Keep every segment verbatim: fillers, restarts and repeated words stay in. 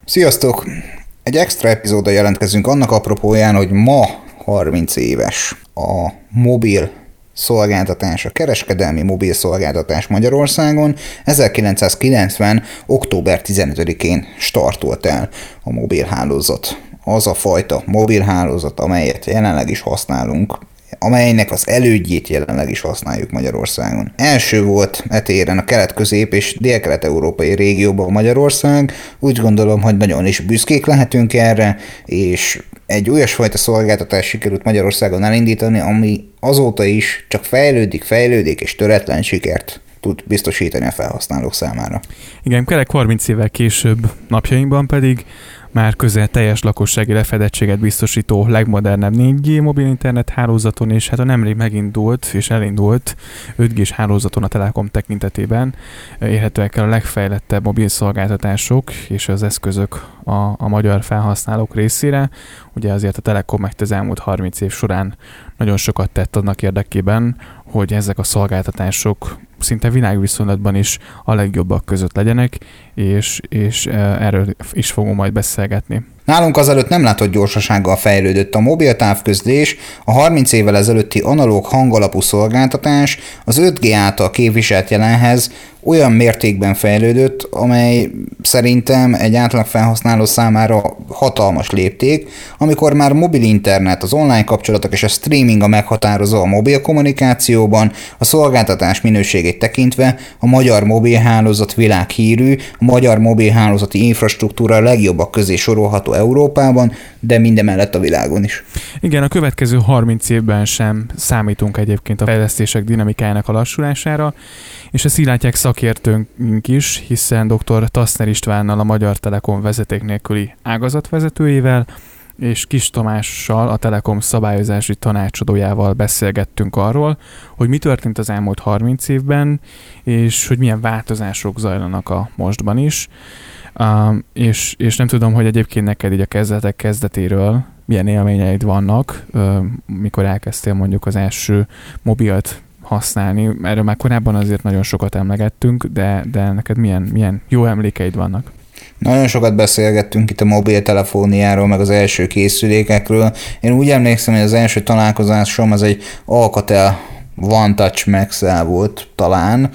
Sziasztok! Egy extra epizóddal jelentkezünk annak apropóján, hogy ma harminc éves a mobil szolgáltatás, a kereskedelmi mobil szolgáltatás Magyarországon. ezerkilencszázkilencven. október tizenötödikén startolt el a mobilhálózat. Az a fajta mobilhálózat, amelyet jelenleg is használunk, amelynek az elődjét jelenleg is használjuk Magyarországon. Első volt e téren a kelet-közép és dél-kelet-európai régióban Magyarország. Úgy gondolom, hogy nagyon is büszkék lehetünk erre, és egy olyasfajta szolgáltatást sikerült Magyarországon elindítani, ami azóta is csak fejlődik, fejlődik és töretlen sikert tud biztosítani a felhasználók számára. Igen, kerek harminc évvel később, napjainkban pedig már közel teljes lakossági lefedettséget biztosító legmodernebb négy G mobil internet hálózaton, és hát a nemrég megindult és elindult öt G-s hálózaton a Telekom tekintetében érhetőek el a legfejlettebb mobil szolgáltatások és az eszközök a, a magyar felhasználók részére. Ugye azért a Telekom meg az elmúlt harminc év során nagyon sokat tett annak érdekében, hogy ezek a szolgáltatások szinte világviszonylatban is a legjobbak között legyenek, és, és erről is fogunk majd beszélgetni. Nálunk azelőtt nem látott gyorsasággal fejlődött a mobil távközlés, a harminc évvel ezelőtti analóg hangalapú szolgáltatás az öt G által képviselt jelenhez olyan mértékben fejlődött, amely szerintem egy átlag felhasználó számára hatalmas lépték, amikor már mobil internet, az online kapcsolatok és a streaming a meghatározó a mobil kommunikációban, a szolgáltatás minőségét tekintve a magyar mobilhálózat világhírű, a magyar mobilhálózati infrastruktúra a legjobbak közé sorolható Európában, de mindemellett a világon is. Igen, a következő harminc évben sem számítunk egyébként a fejlesztések dinamikájának a lassulására, és ezt így látják szakértőnk is, hiszen dr. Taszner Istvánnal, a Magyar Telekom vezeték nélküli ágazatvezetőjével, és Kis Tamással, a Telekom szabályozási tanácsadójával beszélgettünk arról, hogy mi történt az elmúlt harminc évben, és hogy milyen változások zajlanak a mostban is. Uh, és, és nem tudom, hogy egyébként neked így a kezdetek kezdetéről milyen élményeid vannak, uh, mikor elkezdtél mondjuk az első mobilt használni. Erről már korábban azért nagyon sokat emlegettünk, de, de neked milyen, milyen jó emlékeid vannak? Nagyon sokat beszélgettünk itt a mobiltelefóniáról, meg az első készülékekről. Én úgy emlékszem, hogy az első találkozásom az egy Alcatel One Touch Max-el volt talán.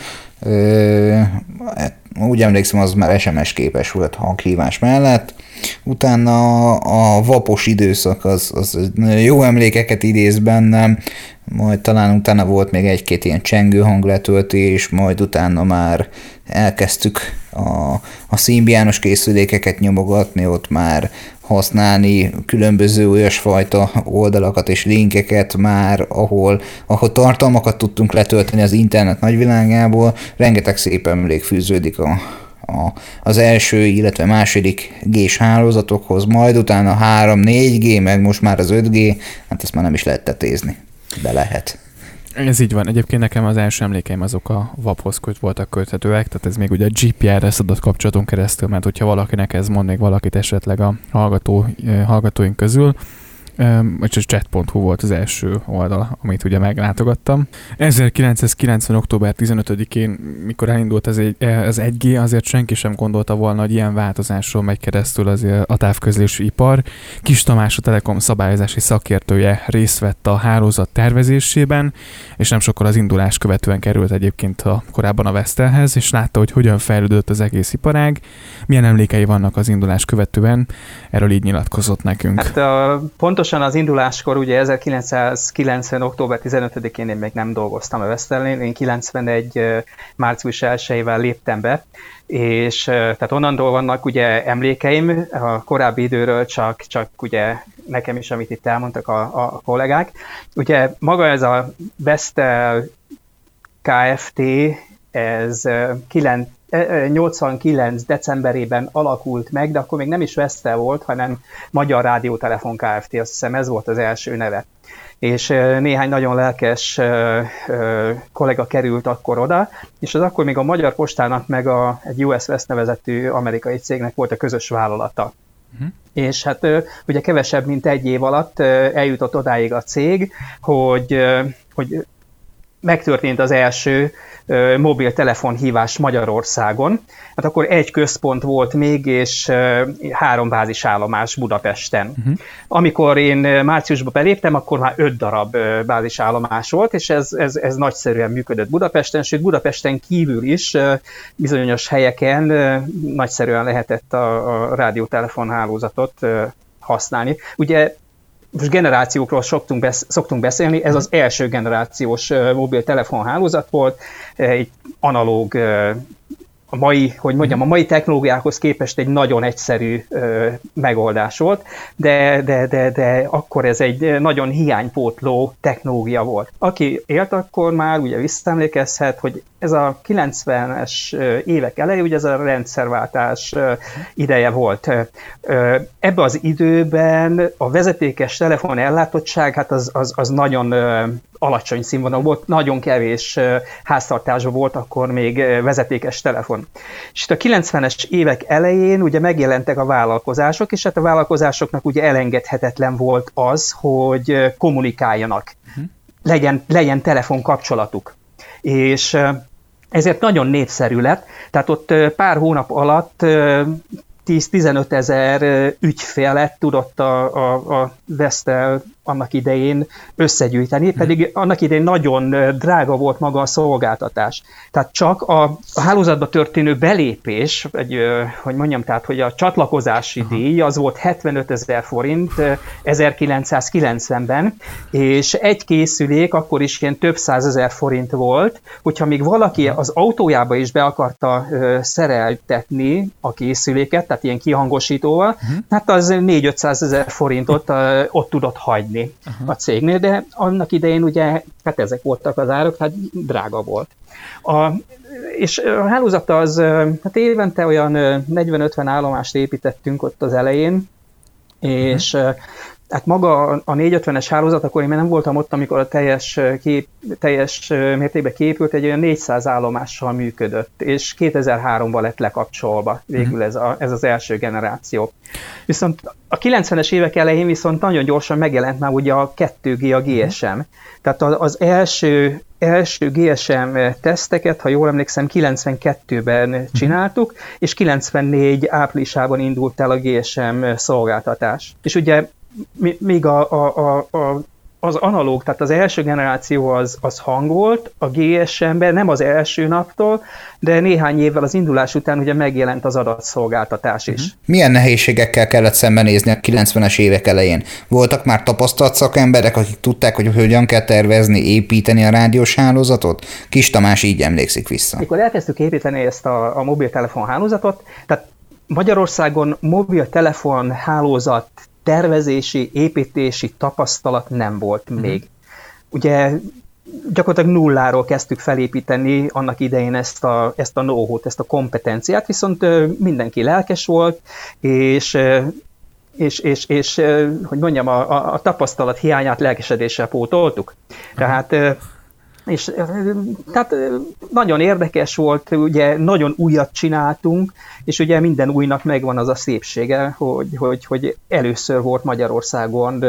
Ö, úgy emlékszem, az már es em es képes volt hanghívás mellett. Utána a vapos időszak az, az jó emlékeket idéz bennem, majd talán utána volt még egy-két ilyen csengő hangletöltés, majd utána már elkezdtük a, a szimbiános készülékeket nyomogatni, ott már használni különböző olyasfajta oldalakat és linkeket már, ahol, ahol tartalmakat tudtunk letölteni az internet nagyvilágából. Rengeteg szép emlék fűződik a, a, az első, illetve második G-s hálózatokhoz, majd utána három négy G, meg most már az öt G, hát ezt már nem is lehet tetézni, de lehet. Ez így van. Egyébként nekem az első emlékeim azok a vaphoz köt voltak köthetőek, tehát ez még ugye a gé pé er es adott kapcsolaton keresztül, mert hogyha valakinek ez mond még valakit esetleg a hallgató, hallgatóink közül, és a chat pont hu volt az első oldal, amit ugye meglátogattam. ezerkilencszázkilencven. október tizenötödikén, mikor elindult az egy, az egy G, azért senki sem gondolta volna, hogy ilyen változásról megy keresztül azért a távközlési ipar. Kis Tamás, a Telekom szabályozási szakértője részt vett a hálózat tervezésében, és nem sokkal az indulás követően került egyébként a, korábban a Vestelhez, és látta, hogy hogyan fejlődött az egész iparág, milyen emlékei vannak az indulás követően, erről így nyilatkozott nekünk. Hát a, pontosan az induláskor, ugye ezerkilencszázkilencven. október tizenötödikén én még nem dolgoztam a Vestelnél, én kilencvenegy. március elsejével léptem be, és tehát onnantól vannak ugye emlékeim, a korábbi időről csak, csak ugye nekem is, amit itt elmondtak a, a kollégák. Ugye maga ez a Vestel Kft. Ez nyolcvankilenc. decemberében alakult meg, de akkor még nem is Vestel volt, hanem Magyar Rádiótelefon Kft. Azt hiszem ez volt az első neve. És néhány nagyon lelkes kollega került akkor oda, és az akkor még a Magyar Postának meg a, egy u es West nevezetű amerikai cégnek volt a közös vállalata. Uh-huh. És hát ugye kevesebb, mint egy év alatt eljutott odáig a cég, hogy, hogy megtörtént az első ö, mobiltelefonhívás Magyarországon. Hát akkor egy központ volt még, és ö, három bázisállomás Budapesten. Uh-huh. Amikor én márciusban beléptem, akkor már öt darab ö, bázisállomás volt, és ez, ez, ez nagyszerűen működött Budapesten, sőt Budapesten kívül is ö, bizonyos helyeken ö, nagyszerűen lehetett a, a rádiótelefonhálózatot ö, használni. Ugye most generációkról szoktunk, besz- szoktunk beszélni, ez az első generációs uh, mobiltelefonhálózat volt, egy analóg, uh, a mai, hogy mondjam, a mai technológiához képest egy nagyon egyszerű uh, megoldás volt, de, de, de, de akkor ez egy nagyon hiánypótló technológia volt. Aki élt akkor már, ugye visszaemlékezhet, hogy ez a kilencvenes évek elejé, ugye ez a rendszerváltás ideje volt. Ebben az időben a vezetékes telefon ellátottság, hát az, az, az nagyon alacsony színvonalú volt, nagyon kevés háztartásban volt akkor még vezetékes telefon. És itt a kilencvenes évek elején ugye megjelentek a vállalkozások, és hát a vállalkozásoknak ugye elengedhetetlen volt az, hogy kommunikáljanak, legyen, legyen telefonkapcsolatuk. És ezért nagyon népszerű lett, tehát ott pár hónap alatt tíz-tizenöt ezer ügyfelet tudott a, a, a Vestel annak idején összegyűjteni, pedig annak idején nagyon drága volt maga a szolgáltatás. Tehát csak a, a hálózatba történő belépés, egy, hogy mondjam, tehát, hogy a csatlakozási Aha. díj az volt hetvenöt ezer forint ezerkilencszázkilencvenben, és egy készülék akkor is ilyen több százezer forint volt, hogyha még valaki az autójába is be akarta szereltetni a készüléket, tehát ilyen kihangosítóval, uh-huh. hát az négy-ötszázezer forintot ott tudott hagyni. Uh-huh. a cégnél, de annak idején ugye, hát ezek voltak az árak, hát drága volt. A, és a hálózat az, hát évente olyan negyven-ötven állomást építettünk ott az elején, és uh-huh. hát maga a négyszázötvenes hálózat, akkor én nem voltam ott, amikor a teljes, kép, teljes mértékben kiépült, egy olyan négyszáz állomással működött, és kétezer-háromban lett lekapcsolva végül ez, a, ez az első generáció. Viszont a kilencvenes évek elején viszont nagyon gyorsan megjelent már ugye a kettő G, a gé es em. Tehát az első, első gé es em teszteket, ha jól emlékszem, kilencvenkettőben csináltuk, és kilencvennégy áprilisában indult el a gé es em szolgáltatás. És ugye még a, a, a, a, az analóg, tehát az első generáció az, az hang volt, a gé es em-ben nem az első naptól, de néhány évvel az indulás után ugye megjelent az adatszolgáltatás is. Milyen nehézségekkel kellett szembenézni a kilencvenes évek elején? Voltak már tapasztalt szakemberek, akik tudták, hogy hogyan kell tervezni, építeni a rádiós hálózatot? Kis Tamás így emlékszik vissza. Mikor elkezdtük építeni ezt a, a mobiltelefon hálózatot, tehát Magyarországon mobiltelefon hálózat tervezési, építési tapasztalat nem volt mm. még. Ugye gyakorlatilag nulláról kezdtük felépíteni annak idején ezt a, ezt a know-how-t, ezt a kompetenciát, viszont mindenki lelkes volt, és, és, és, és hogy mondjam, a, a tapasztalat hiányát lelkesedéssel pótoltuk. Tehát És tehát nagyon érdekes volt, ugye nagyon újat csináltunk, és ugye minden újnak megvan az a szépsége, hogy, hogy, hogy először volt Magyarországon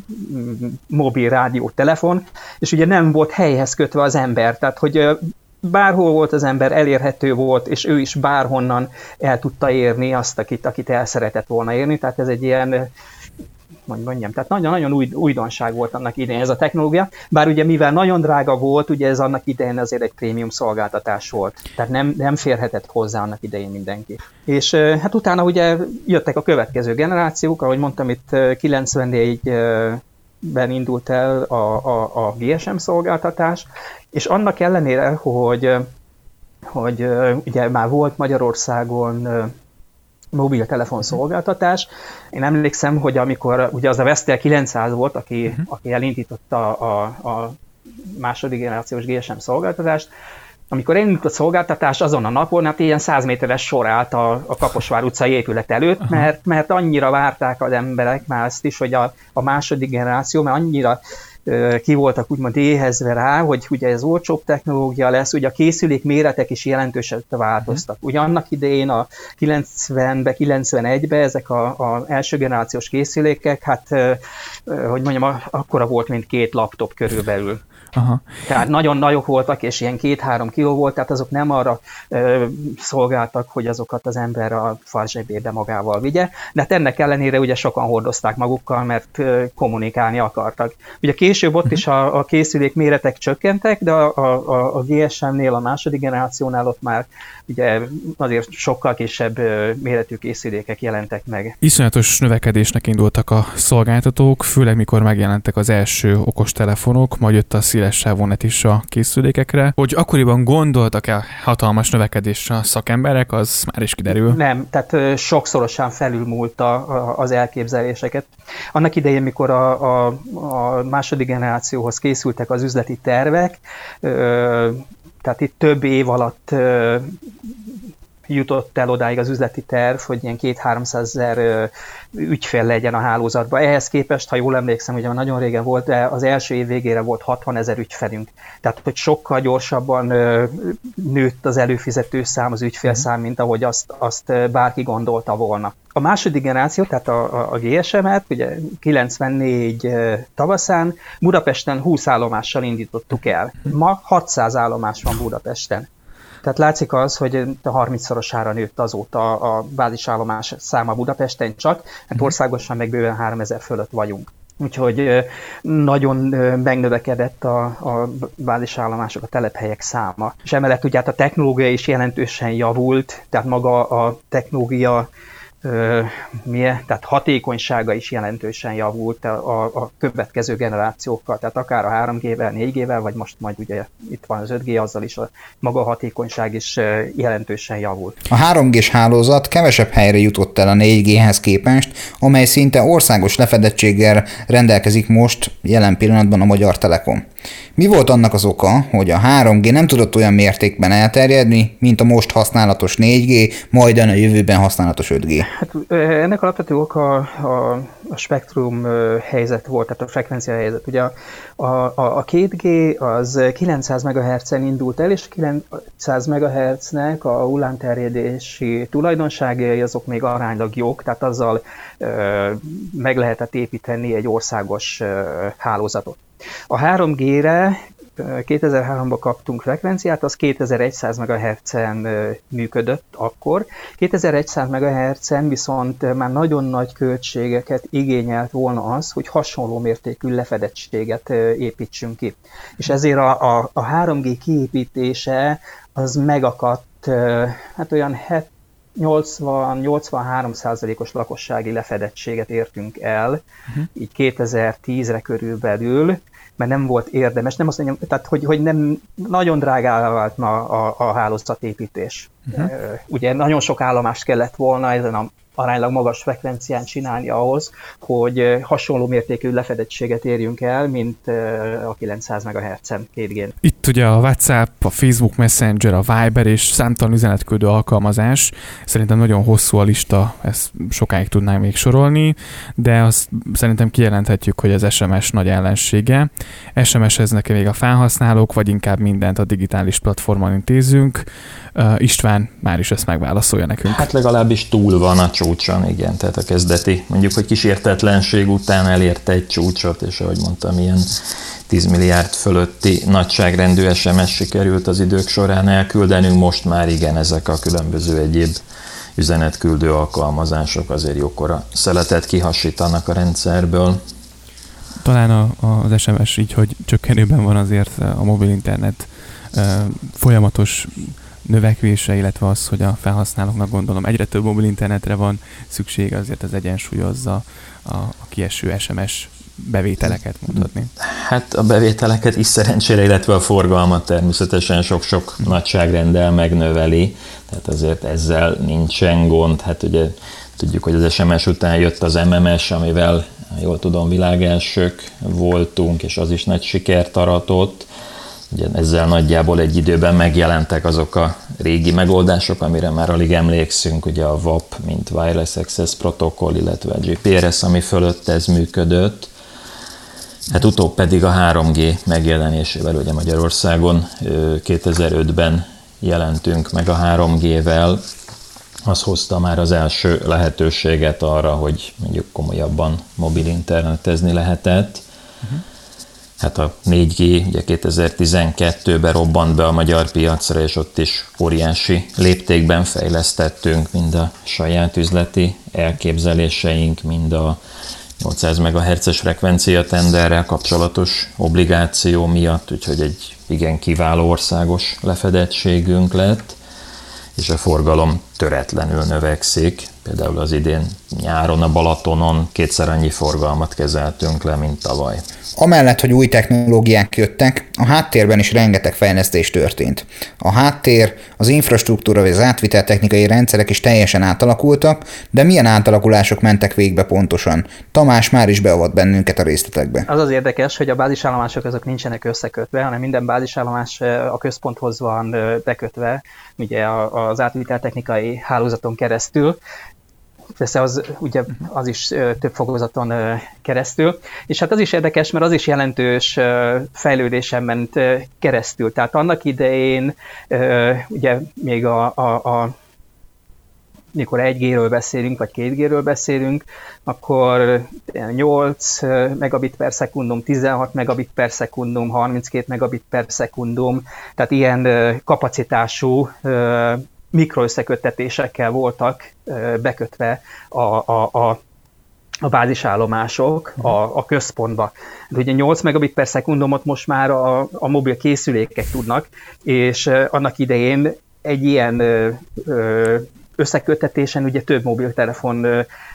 mobil rádió telefon, és ugye nem volt helyhez kötve az ember, tehát hogy bárhol volt az ember, elérhető volt, és ő is bárhonnan el tudta érni azt, akit, akit el szeretett volna érni, tehát ez egy ilyen, hogy mondjam, tehát nagyon-nagyon új, újdonság volt annak idején ez a technológia, bár ugye mivel nagyon drága volt, ugye ez annak idején azért egy prémium szolgáltatás volt, tehát nem, nem férhetett hozzá annak idején mindenki. És hát utána ugye jöttek a következő generációk, ahogy mondtam, itt kilencvennégyben indult el a, a, a gé es em szolgáltatás, és annak ellenére, hogy, hogy ugye már volt Magyarországon mobiltelefon szolgáltatás. Én emlékszem, hogy amikor ugye az a Vestel kilencszáz volt, aki, uh-huh. aki elindította a, a második generációs gé es em szolgáltatást, amikor elindult a szolgáltatás, azon a napon hát ilyen száz méteres sor állt a, a Kaposvár utcai épület előtt, uh-huh. mert, mert annyira várták az emberek már ezt is, hogy a, a második generáció, mert annyira ki voltak úgymond éhezve rá, hogy ugye ez olcsóbb technológia lesz, ugye a készülék méretek is jelentősen változtak. Ugye annak idején a kilencvenben, kilencvenegyben ezek az első generációs készülékek, hát hogy mondjam, akkora volt, mint két laptop körülbelül. Aha. Tehát nagyon nagyok voltak, és ilyen két-három kiló volt, tehát azok nem arra ö, szolgáltak, hogy azokat az ember a farzsebébe magával vigye, de hát ennek ellenére ugye sokan hordozták magukkal, mert ö, kommunikálni akartak. Ugye később ott is a, a készülék méretek csökkentek, de a, a, a gé es em-nél, a második generációnál ott már ugye azért sokkal kisebb ö, méretű készülékek jelentek meg. Iszonyatos növekedésnek indultak a szolgáltatók, főleg mikor megjelentek az első okostelefonok, majd jött a szélessávú net is a készülékekre. Hogy akkoriban gondoltak-e hatalmas növekedésre a szakemberek, az már is kiderül. Nem, tehát ö, sokszorosan felülmúlta a, az elképzeléseket. Annak idején, mikor a, a, a második generációhoz készültek az üzleti tervek, ö, tehát itt több év alatt ö, jutott el odáig az üzleti terv, hogy ilyen két-háromszázezer ügyfél legyen a hálózatban. Ehhez képest, ha jól emlékszem, ugye nagyon régen volt, de az első év végére volt hatvanezer ügyfelünk. Tehát, hogy sokkal gyorsabban nőtt az előfizető szám, az ügyfélszám, mint ahogy azt, azt bárki gondolta volna. A második generáció, tehát a, a, a gé es em-et, ugye kilencvennégy tavaszán Budapesten húsz állomással indítottuk el. Ma hatszáz állomás van Budapesten. Tehát látszik az, hogy a harmincszorosára nőtt azóta a bázisállomás száma Budapesten csak, mert országosan meg bőven háromezer fölött vagyunk. Úgyhogy nagyon megnövekedett a, a bázisállomások, a telephelyek száma. És emellett ugye hát a technológia is jelentősen javult, tehát maga a technológia Ö, milyen, tehát hatékonysága is jelentősen javult a, a következő generációkkal, tehát akár a három G-vel, négy G-vel, vagy most majd ugye itt van az öt G, azzal is a maga a hatékonyság is jelentősen javult. A három G-s hálózat kevesebb helyre jutott el a négy G-hez képest, amely szinte országos lefedettséggel rendelkezik most jelen pillanatban a Magyar Telekom. Mi volt annak az oka, hogy a három G nem tudott olyan mértékben elterjedni, mint a most használatos négy G, majdan a jövőben használatos öt G? Hát ennek alapvető oka a, a spektrum helyzet volt, tehát a frekvencia helyzet. Ugye a, a, a két G az kilencszáz megahertzen indult el, és kilencszáz megahertznek a hullámterjedési tulajdonságai azok még aránylag jók, tehát azzal ö, meg lehetett építeni egy országos ö, hálózatot. A három G-re kétezer-háromban kaptunk frekvenciát, az kétezer-száz megahertzen működött akkor. kétezer-száz megahertzen viszont már nagyon nagy költségeket igényelt volna az, hogy hasonló mértékű lefedettséget építsünk ki. És ezért a, a, a három G kiépítése az megakadt, hát olyan nyolcvan-nyolcvanhárom százalékos lakossági lefedettséget értünk el, uh-huh. így kétezer-tízre körülbelül, mert nem volt érdemes, nem azt mondjam, tehát hogy, hogy nem nagyon drágává vált ma a, a hálózatépítés. Uh-huh. Ugye nagyon sok állomást kellett volna ezen a aránylag magas frekvencián csinálni ahhoz, hogy hasonló mértékű lefedettséget érjünk el, mint a kilencszáz megahertzen két G-n. Itt ugye a WhatsApp, a Facebook Messenger, a Viber és számtalan üzenetküldő alkalmazás. Szerintem nagyon hosszú a lista, ezt sokáig tudnánk még sorolni, de azt szerintem kijelenthetjük, hogy az es em es nagy ellensége. es em es-eznek még a felhasználók, vagy inkább mindent a digitális platformon intézünk. Uh, István már is ezt megválaszolja nekünk. Hát legalábbis túl van a csúcson, igen, tehát a kezdeti, mondjuk, hogy kísértetlenség után elérte egy csúcsot, és ahogy mondtam, ilyen tíz milliárd fölötti nagyságrendű es em es sikerült az idők során elküldenünk, most már igen, ezek a különböző egyéb üzenetküldő alkalmazások azért jókora szeletet kihasítanak a rendszerből. Talán a, az es em es így, hogy csökkenőben van azért a mobil internet folyamatos növekvése, illetve az, hogy a felhasználóknak gondolom egyre több mobil internetre van szükség, azért az egyensúlyozza a, a kieső es em es bevételeket, mondhatni. Hát a bevételeket is szerencsére, illetve a forgalmat természetesen sok-sok nagyságrenddel megnöveli, tehát azért ezzel nincsen gond. Hát ugye tudjuk, hogy az es em es után jött az em em es, amivel jól tudom világelsők voltunk, és az is nagy sikert aratott. Ugye ezzel nagyjából egy időben megjelentek azok a régi megoldások, amire már alig emlékszünk, ugye a vé á pé, mint Wireless Access Protocol, illetve a gé pé er es, ami fölött ez működött. Hát utóbb pedig a három G megjelenésével, ugye Magyarországon kétezer-ötben jelentünk meg a három G-vel, az hozta már az első lehetőséget arra, hogy mondjuk komolyabban mobil internetezni lehetett. Uh-huh. Hát a négy G ugye kétezer-tizenkettőben robbant be a magyar piacra, és ott is óriási léptékben fejlesztettünk mind a saját üzleti elképzeléseink, mind a nyolcszáz megahertzes frekvencia tenderrel kapcsolatos obligáció miatt, úgyhogy egy igen kiváló országos lefedettségünk lett, és a forgalom töretlenül növekszik. Például az idén nyáron a Balatonon kétszer annyi forgalmat kezeltünk le, mint tavaly. Amellett, hogy új technológiák jöttek, a háttérben is rengeteg fejlesztés történt. A háttér, az infrastruktúra vagy az átviteltechnikai rendszerek is teljesen átalakultak, de milyen átalakulások mentek végbe pontosan? Tamás már is beavat bennünket a részletekbe. Az az érdekes, hogy a bázisállomások azok nincsenek összekötve, hanem minden bázisállomás a központhoz van bekötve, ugye az átviteltechnikai hálózaton keresztül. Persze az, ugye, az is több fokozaton keresztül, és hát az is érdekes, mert az is jelentős fejlődésen ment keresztül. Tehát annak idején, ugye még a, a, a mikor egy G-ről beszélünk, vagy két G-ről beszélünk, akkor nyolc megabit per szekundum, tizenhat megabit per szekundum, harminckét megabit per szekundum, tehát ilyen kapacitású mikroösszeköttetésekkel voltak bekötve a, a, a, a bázisállomások a, a központba. De ugye nyolc megabit per szekundumot most már a, a mobil készülékek tudnak, és annak idején egy ilyen összeköttetésen ugye több mobiltelefon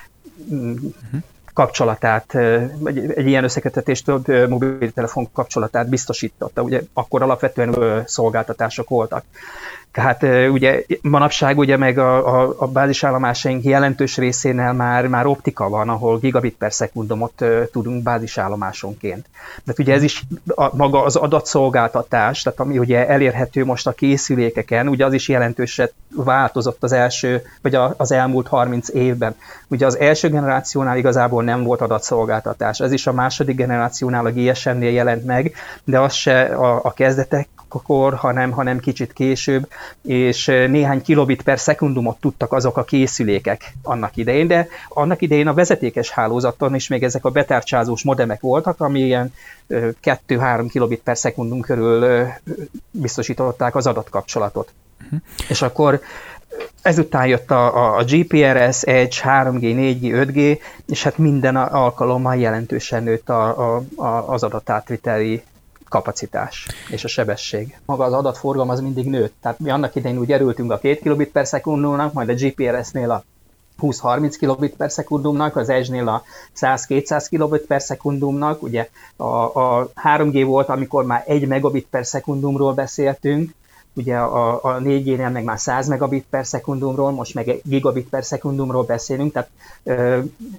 kapcsolatát, egy, egy ilyen összeköttetés több mobiltelefon kapcsolatát biztosította. Ugye akkor alapvetően szolgáltatások voltak. Tehát ugye manapság ugye meg a, a, a bázisállomásaink jelentős részénél már, már optika van, ahol gigabit per szekundumot tudunk bázisállomásonként. De ugye ez is a, maga az adatszolgáltatás, tehát ami ugye elérhető most a készülékeken, ugye az is jelentősen változott az első, vagy a, az elmúlt harminc évben. Ugye az első generációnál igazából nem volt adatszolgáltatás, ez is a második generációnál, a G S M-nél jelent meg, de az se a, a kezdetek, akkor, hanem, hanem kicsit később, és néhány kilobit per szekundumot tudtak azok a készülékek annak idején, de annak idején a vezetékes hálózaton is még ezek a betárcsázós modemek voltak, ami ilyen kettő-három kilobit per szekundum körül biztosították az adatkapcsolatot. Uh-huh. És akkor ezután jött a, a G P R S, Edge, három G, négy G, öt G, és hát minden alkalommal jelentősen nőtt a, a, a, az adatátviteli kapacitás és a sebesség. Maga az adatforgalom az mindig nőtt. Tehát mi annak idején úgy erültünk a két kilobit per szekundumnak, majd a G P R S-nél a húsz-harminc kilobit per szekundumnak, az Edge-nél a száz-kétszáz kilobit per szekundumnak. Ugye a, a három G volt, amikor már egy megabit per szekundumról beszéltünk, ugye a, a négy G-nél meg már száz megabit per szekundumról, most meg egy gigabit per szekundumról beszélünk, tehát ö,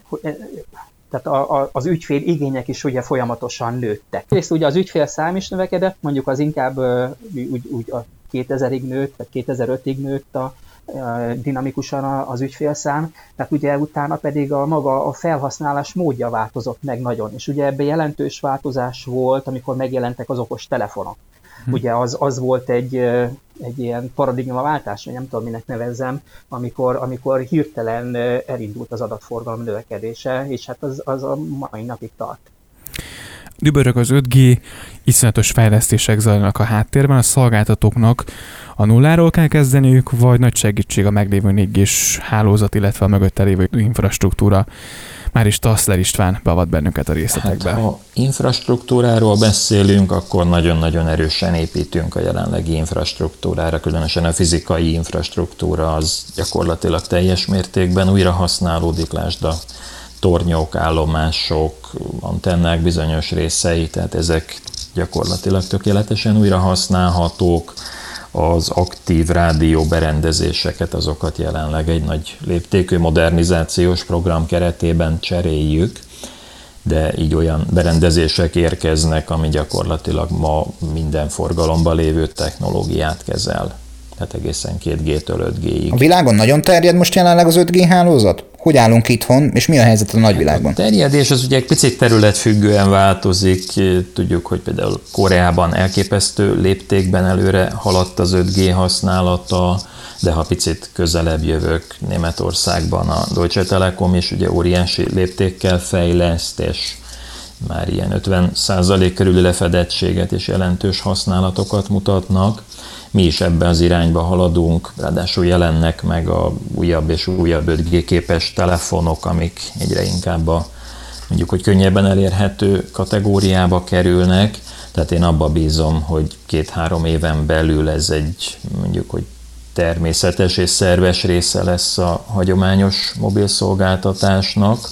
Tehát a, a, az ügyfél igények is ugye folyamatosan nőttek. Részt ugye az ügyfél szám is növekedett, mondjuk az inkább úgy, úgy a kétezerig nőtt, vagy kétezer-ötig nőtt a, a, dinamikusan az ügyfélszám, tehát ugye utána pedig a maga a felhasználás módja változott meg nagyon, és ugye ebben jelentős változás volt, amikor megjelentek az okos telefonok. Hm. Ugye az, az volt egy, egy ilyen paradigmaváltás, vagy nem tudom, minek nevezzem, amikor, amikor hirtelen elindult az adatforgalom növekedése, és hát az, az a mai napig tart. Dübörög az öt G, iszonyatos fejlesztések zajlanak a háttérben, a szolgáltatóknak a nulláról kell kezdeniük, vagy nagy segítség a meglévő négy G-s hálózat, illetve a mögötte lévő infrastruktúra. Már is Taszler István beavat bennünket a részletekbe. Hát, ha infrastruktúráról beszélünk, akkor nagyon-nagyon erősen építünk a jelenlegi infrastruktúrára, különösen a fizikai infrastruktúra az gyakorlatilag teljes mértékben újra használódik, lásd a tornyok, állomások, antennák bizonyos részei, tehát ezek gyakorlatilag tökéletesen újra használhatók. Az aktív rádió berendezéseket, azokat jelenleg egy nagy léptékű modernizációs program keretében cseréljük, de így olyan berendezések érkeznek, ami gyakorlatilag ma minden forgalomban lévő technológiát kezel. Tehát egészen két G-től öt G-ig. A világon nagyon terjed most jelenleg az öt G hálózat? Hogy állunk itthon, és mi a helyzet a nagyvilágban? A terjedés az ugye egy picit területfüggően változik. Tudjuk, hogy például Koreában elképesztő léptékben előre haladt az öt G használata, de ha picit közelebb jövök, Németországban a Deutsche Telekom is ugye óriási léptékkel fejleszt, és már ilyen ötven százalék körüli lefedettséget és jelentős használatokat mutatnak. Mi is ebben az irányba haladunk, ráadásul jelennek meg a újabb és újabb öt G képes telefonok, amik egyre inkább a mondjuk, hogy könnyebben elérhető kategóriába kerülnek, tehát én abba bízom, hogy két-három éven belül ez egy mondjuk, hogy természetes és szerves része lesz a hagyományos mobilszolgáltatásnak.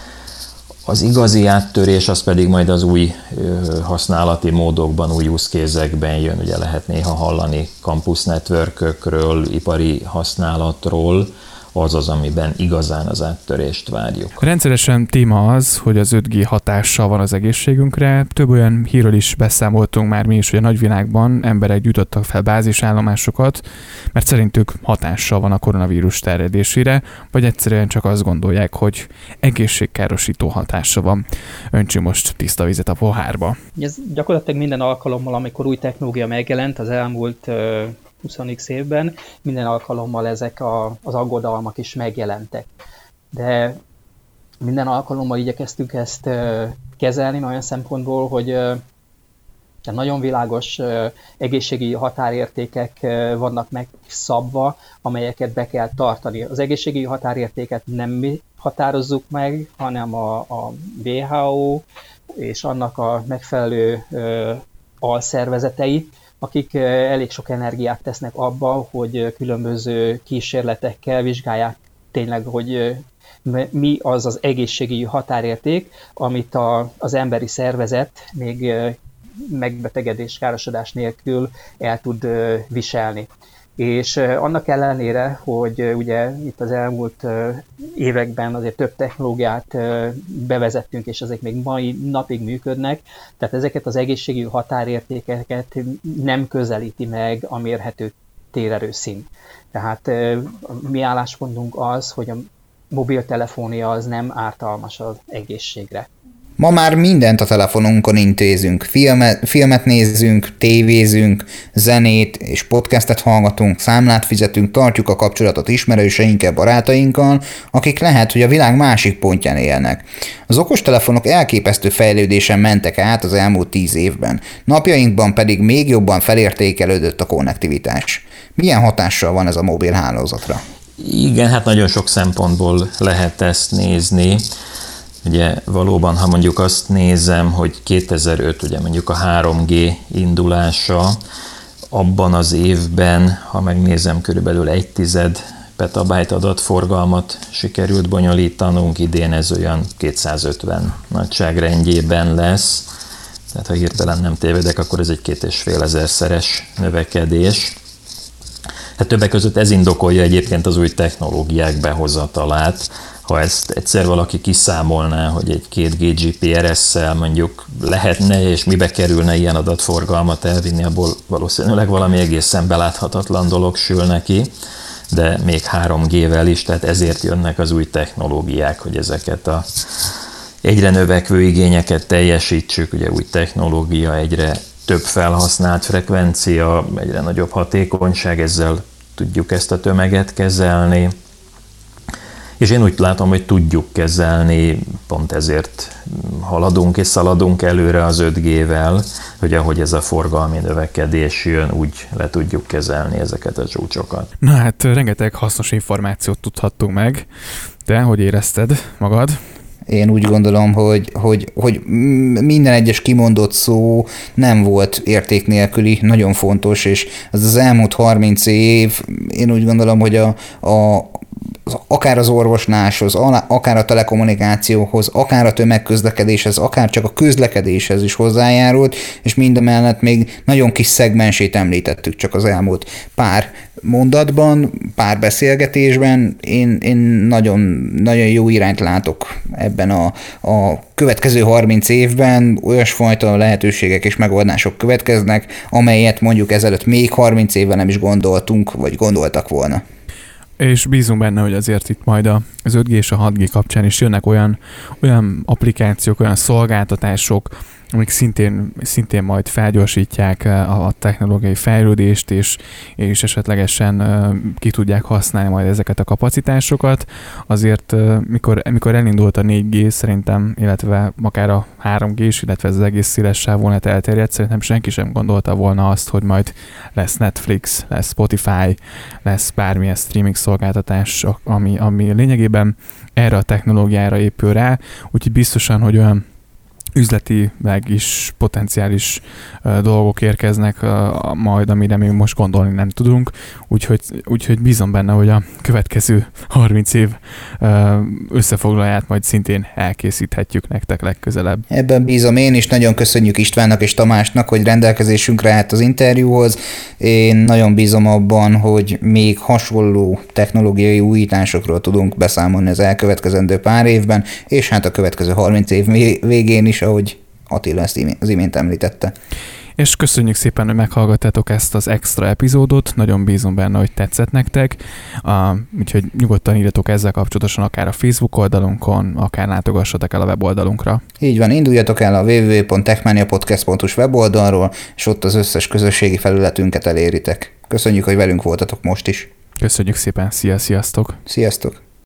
Az igazi áttörés az pedig majd az új használati módokban, új use case-ekben jön, ugye lehet néha hallani campus networkökről, ipari használatról, az az, amiben igazán az áttörést várjuk. Rendszeresen téma az, hogy az öt G hatással van az egészségünkre. Több olyan hírről is beszámoltunk már mi is, hogy a nagyvilágban emberek gyűjtöttek fel bázisállomásokat, mert szerintük hatással van a koronavírus terjedésére, vagy egyszerűen csak azt gondolják, hogy egészségkárosító hatása van. Öntsi most tiszta vizet a pohárba. Ez gyakorlatilag minden alkalommal, amikor új technológia megjelent az elmúlt húsz x évben, minden alkalommal ezek a, az aggodalmak is megjelentek. De minden alkalommal igyekeztünk ezt uh, kezelni olyan szempontból, hogy uh, nagyon világos uh, egészségügyi határértékek uh, vannak megszabva, amelyeket be kell tartani. Az egészségügyi határértéket nem mi határozzuk meg, hanem a, a W H O és annak a megfelelő uh, alszervezetei, akik elég sok energiát tesznek abba, hogy különböző kísérletekkel vizsgálják tényleg, hogy mi az az egészségügyi határérték, amit a, az emberi szervezet még megbetegedés, károsodás nélkül el tud viselni. És annak ellenére, hogy ugye itt az elmúlt években azért több technológiát bevezettünk, és ezek még mai napig működnek, tehát ezeket az egészségügyi határértékeket nem közelíti meg a mérhető térerőszint. Tehát mi álláspontunk az, hogy a mobiltelefonia az nem ártalmas az egészségre. Ma már mindent a telefonunkon intézünk. Filmet, filmet nézzünk, tévézünk, zenét és podcastet hallgatunk, számlát fizetünk, tartjuk a kapcsolatot ismerőseinkkel, barátainkkal, akik lehet, hogy a világ másik pontján élnek. Az okostelefonok elképesztő fejlődésen mentek át az elmúlt tíz évben. Napjainkban pedig még jobban felértékelődött a konnektivitás. Milyen hatással van ez a mobil hálózatra? Igen, hát nagyon sok szempontból lehet ezt nézni. Ugye valóban, ha mondjuk azt nézem, hogy kétezer-öt, ugye mondjuk a három G indulása, abban az évben, ha megnézem, körülbelül egy tized petabyte adatforgalmat sikerült bonyolítanunk, idén ez olyan kétszázötven nagyságrendjében lesz. Tehát ha hirtelen nem tévedek, akkor ez egy két és fél ezerszeres növekedés. Hát többek között ez indokolja egyébként az új technológiák behozatalát. Ha ezt egyszer valaki kiszámolná, hogy egy két G G P R S-szel mondjuk lehetne, és mibe kerülne ilyen adatforgalmat elvinni, abból valószínűleg valami egészen beláthatatlan dolog sül neki, de még három G-vel is, tehát ezért jönnek az új technológiák, hogy ezeket a egyre növekvő igényeket teljesítsük, ugye új technológia, egyre több felhasznált frekvencia, egyre nagyobb hatékonyság, ezzel tudjuk ezt a tömeget kezelni. És én úgy látom, hogy tudjuk kezelni, pont ezért haladunk és szaladunk előre az öt G-vel, hogy ahogy ez a forgalmi növekedés jön, úgy le tudjuk kezelni ezeket a csúcsokat. Na hát rengeteg hasznos információt tudhattunk meg. Te hogy érezted magad? Én úgy gondolom, hogy, hogy, hogy minden egyes kimondott szó nem volt érték nélküli, nagyon fontos, és ez az elmúlt harminc év, én úgy gondolom, hogy a, a akár az orvosláshoz, akár a telekommunikációhoz, akár a tömegközlekedéshez, akár csak a közlekedéshez is hozzájárult, és mindemellett még nagyon kis szegmensét említettük csak az elmúlt pár mondatban, pár beszélgetésben. Én, én nagyon, nagyon jó irányt látok ebben a, a következő harminc évben, olyasfajta lehetőségek és megoldások következnek, amelyet mondjuk ezelőtt még harminc évvel nem is gondoltunk, vagy gondoltak volna. És bízunk benne, hogy azért itt majd az öt G és a hat G kapcsán is jönnek olyan, olyan applikációk, olyan szolgáltatások, amik szintén, szintén majd felgyorsítják a technológiai fejlődést, és, és esetlegesen ki tudják használni majd ezeket a kapacitásokat. Azért mikor, mikor elindult a négy G szerintem, illetve akár a három G-s, illetve ez az egész széles sávvonalat elterjedt, szerintem senki sem gondolta volna azt, hogy majd lesz Netflix, lesz Spotify, lesz bármilyen streaming szolgáltatás, ami, ami lényegében erre a technológiára épül rá, úgyhogy biztosan, hogy olyan üzletileg is potenciális uh, dolgok érkeznek uh, majd, amire még most gondolni nem tudunk, úgyhogy, úgyhogy bízom benne, hogy a következő harminc év uh, összefoglalóját majd szintén elkészíthetjük nektek legközelebb. Ebben bízom én is, nagyon köszönjük Istvánnak és Tamásnak, hogy rendelkezésünkre állt az interjúhoz. Én nagyon bízom abban, hogy még hasonló technológiai újításokról tudunk beszámolni az elkövetkezendő pár évben, és hát a következő harminc év végén is, ahogy Attila ezt az imént említette. És köszönjük szépen, hogy meghallgattátok ezt az extra epizódot, nagyon bízom benne, hogy tetszett nektek, uh, úgyhogy nyugodtan írjatok ezzel kapcsolatosan akár a Facebook oldalunkon, akár látogassatok el a weboldalunkra. Így van, induljatok el a double-u double-u double-u pont techmaniapodcast pont hu weboldalról, és ott az összes közösségi felületünket eléritek. Köszönjük, hogy velünk voltatok most is. Köszönjük szépen, szia, sziasztok! Sziasztok!